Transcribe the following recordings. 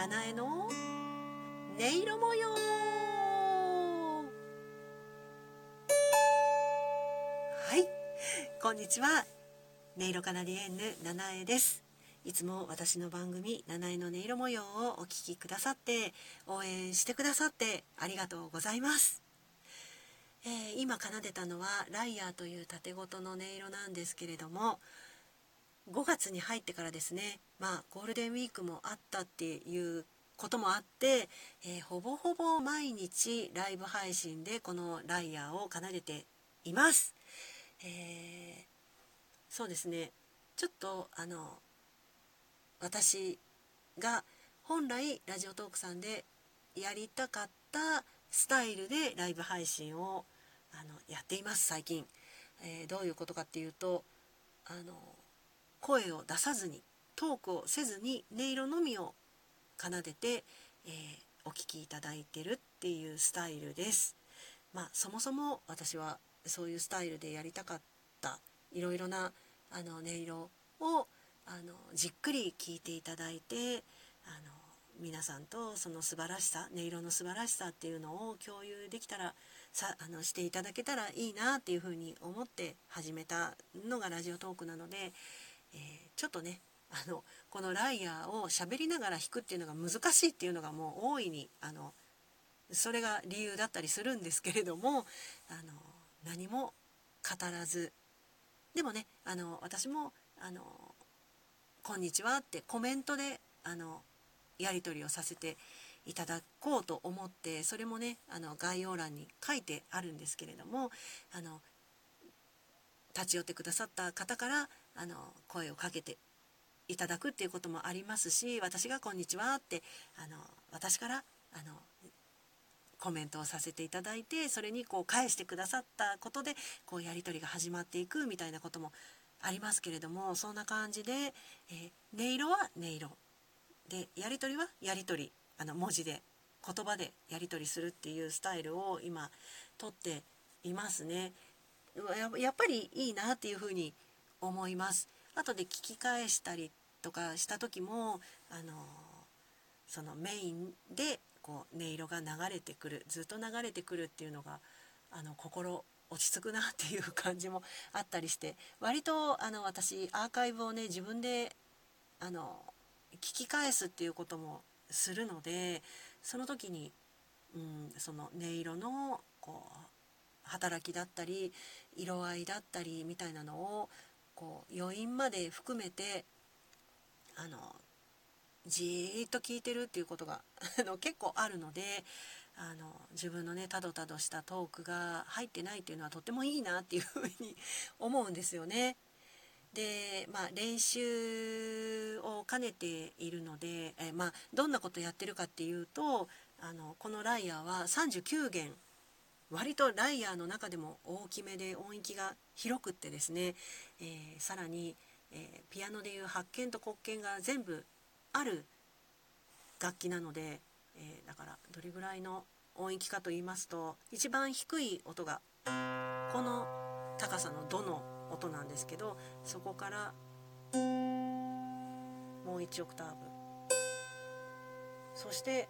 七重の音色模様。はい、こんにちは。音色カナディエンヌ七重です。いつも私の番組七重の音色模様をお聞きくださって応援してくださってありがとうございます。今奏でたのはライアーという縦ごとの音色なんですけれども、5月に入ってからですね、ゴールデンウィークもあったっていうこともあって、ほぼほぼ毎日ライブ配信でこのライアーを奏でています。そうですね、ちょっと私が本来ラジオトークさんでやりたかったスタイルでライブ配信をやっています最近。どういうことかっていうと、声を出さずにトークをせずに音色のみを奏でて、お聴きいただいてるっていうスタイルです。そもそも私はそういうスタイルでやりたかった、いろいろな音色をじっくり聴いていただいて、皆さんとその素晴らしさ、音色の素晴らしさっていうのを共有できたらしていただけたらいいなっていうふうに思って始めたのがラジオトークなので、ちょっとねこのライアーを喋りながら弾くっていうのが難しいっていうのがもう大いにそれが理由だったりするんですけれども、何も語らず、でもね私もこんにちはってコメントでやり取りをさせていただこうと思って、それもね概要欄に書いてあるんですけれども、立ち寄ってくださった方から声をかけていただくっていうこともありますし、私がこんにちはって私からコメントをさせていただいて、それにこう返してくださったことでこうやり取りが始まっていくみたいなこともありますけれども、そんな感じで、音色は音色で、やり取りはやり取り、文字で言葉でやり取りするっていうスタイルを今とっていますね。やっぱりいいなっていうふうに思います。後で聞き返したりとかした時もそのメインでこう音色が流れてくる、ずっと流れてくるっていうのが心落ち着くなっていう感じもあったりして、割と私アーカイブをね自分で聞き返すっていうこともするので、その時に、その音色のこう働きだったり色合いだったりみたいなのをこう余韻まで含めてじーっと聞いてるっていうことが結構あるので、自分のねたどたどしたトークが入ってないっていうのはとってもいいなっていうふうに思うんですよね。で、練習を兼ねているので、どんなことやってるかっていうと、このライアーは39弦、割とライアーの中でも大きめで音域が広くってですね、さらに、ピアノでいう8弦と黒鍵が全部ある楽器なので、だからどれぐらいの音域かと言いますと、一番低い音がこの高さのドの音なんですけど、そこからもう1オクターブ、そして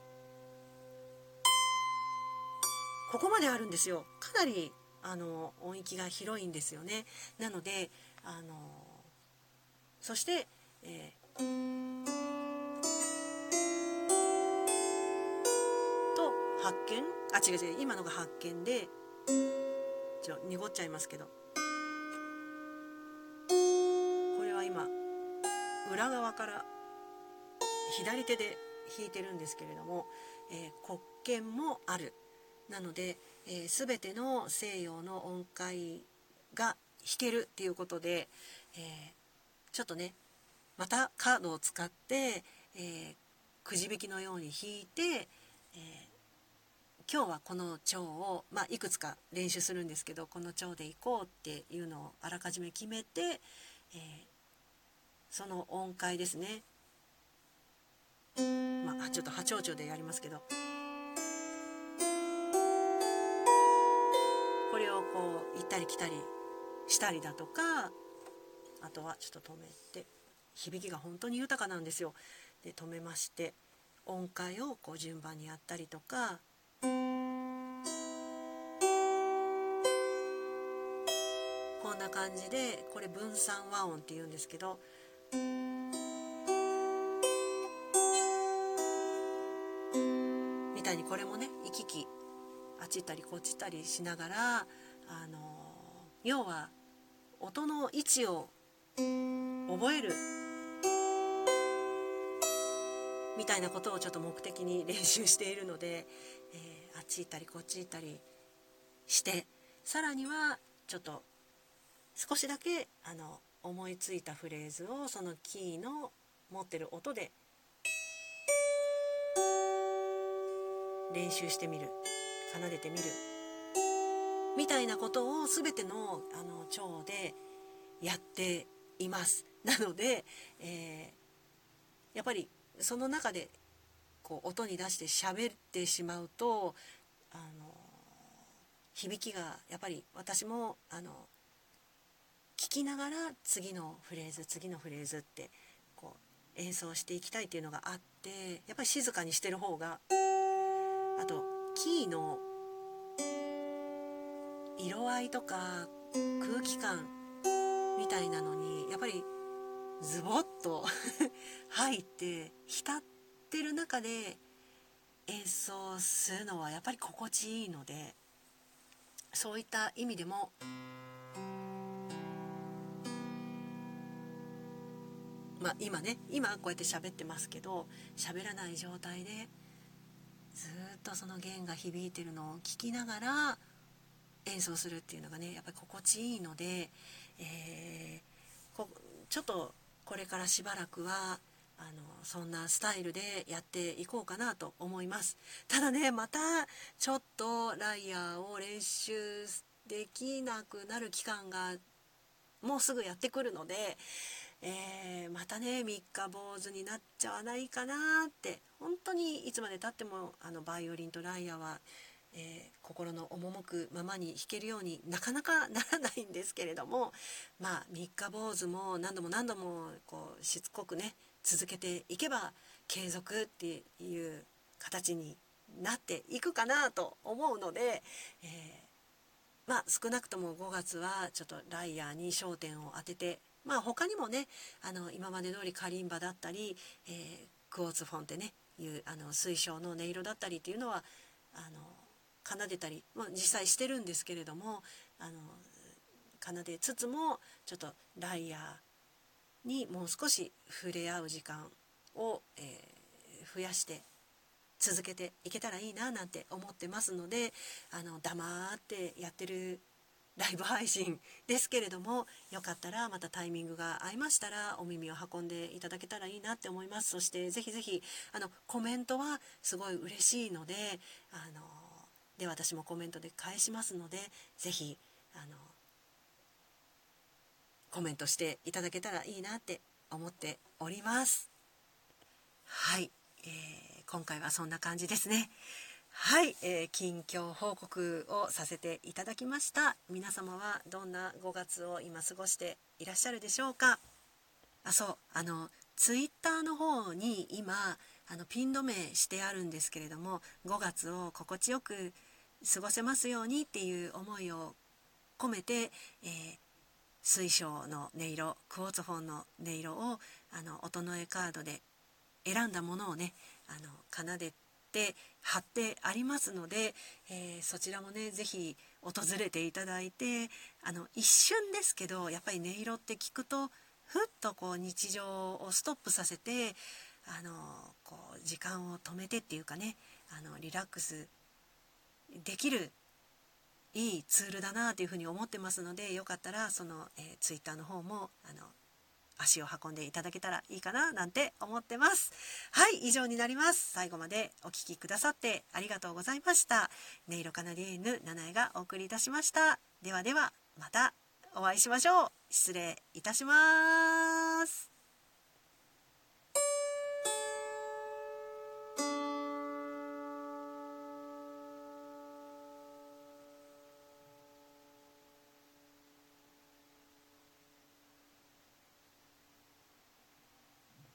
ここまであるんですよ。かなり音域が広いんですよね。なのでそして、と発見、違う今のが発見で濁っちゃいますけど、これは今裏側から左手で弾いてるんですけれども、黒鍵もある。なので、全ての西洋の音階が弾けるっていうことで、ちょっとねまたカードを使って、くじ引きのように弾いて、今日はこの調を、いくつか練習するんですけど、この調でいこうっていうのをあらかじめ決めて、その音階ですね、ちょっと波長調でやりますけど、これをこう行ったり来たりしたりだとか、あとはちょっと止めて、響きが本当に豊かなんですよ。で止めまして、 音階をこう順番にやったりとか、こんな感じで、これ分散和音っていうんですけど、みたいにこれもね行き来あっち行ったりこっち行ったりしながら、要は音の位置を覚えるみたいなことをちょっと目的に練習しているので、あっち行ったりこっち行ったりして、さらにはちょっと少しだけ思いついたフレーズをそのキーの持ってる音で練習してみる、奏でてみるみたいなことを全ての腸でやっています。なので、やっぱりその中でこう音に出して喋ってしまうと響きがやっぱり私も聞きながら次のフレーズ次のフレーズってこう演奏していきたいっていうのがあって、やっぱり静かにしてる方が、あとキーの色合いとか空気感みたいなのにやっぱりズボッと入って浸ってる中で演奏するのはやっぱり心地いいので、そういった意味でも今こうやって喋ってますけど、喋らない状態でずっとその弦が響いてるのを聞きながら演奏するっていうのがねやっぱり心地いいので、ちょっとこれからしばらくはそんなスタイルでやっていこうかなと思います。ただね、またちょっとライアーを練習できなくなる期間がもうすぐやってくるので、またね三日坊主になっちゃわないかなって、本当にいつまでたってもバイオリンとライアーは、心の赴くままに弾けるようになかなかならないんですけれども、三日坊主も何度も何度もこうしつこくね続けていけば継続っていう形になっていくかなと思うので、少なくとも5月はちょっとライアーに焦点を当てて、他にもね今まで通りカリンバだったり、クォーツフォンってねいう水晶の音色だったりっていうのは奏でたり、実際してるんですけれども、奏でつつもちょっとライアーにもう少し触れ合う時間を、増やして続けていけたらいいななんて思ってますので、黙ってやってるライブ配信ですけれども、よかったらまたタイミングが合いましたらお耳を運んでいただけたらいいなって思います。そしてぜひぜひコメントはすごい嬉しいので、で私もコメントで返しますので、ぜひコメントしていただけたらいいなって思っております。はい、今回はそんな感じですね。はい、近況報告をさせていただきました。皆様はどんな5月を今過ごしていらっしゃるでしょうか。ツイッターの方に今ピン止めしてあるんですけれども、5月を心地よく過ごせますようにっていう思いを込めて、水晶の音色クォーツフォンの音色を音の絵カードで選んだものをね奏でて貼ってありますので、そちらもねぜひ訪れていただいて、一瞬ですけどやっぱり音色って聞くとふっとこう日常をストップさせてこう時間を止めてっていうかねリラックスできるいいツールだなというふうに思ってますので、よかったらその、ツイッターの方も足を運んでいただけたらいいかななんて思ってます。はい、以上になります。最後までお聞きくださってありがとうございました。音色カナディエンヌ七重がお送りいたしました。ではではまたお会いしましょう。失礼いたします。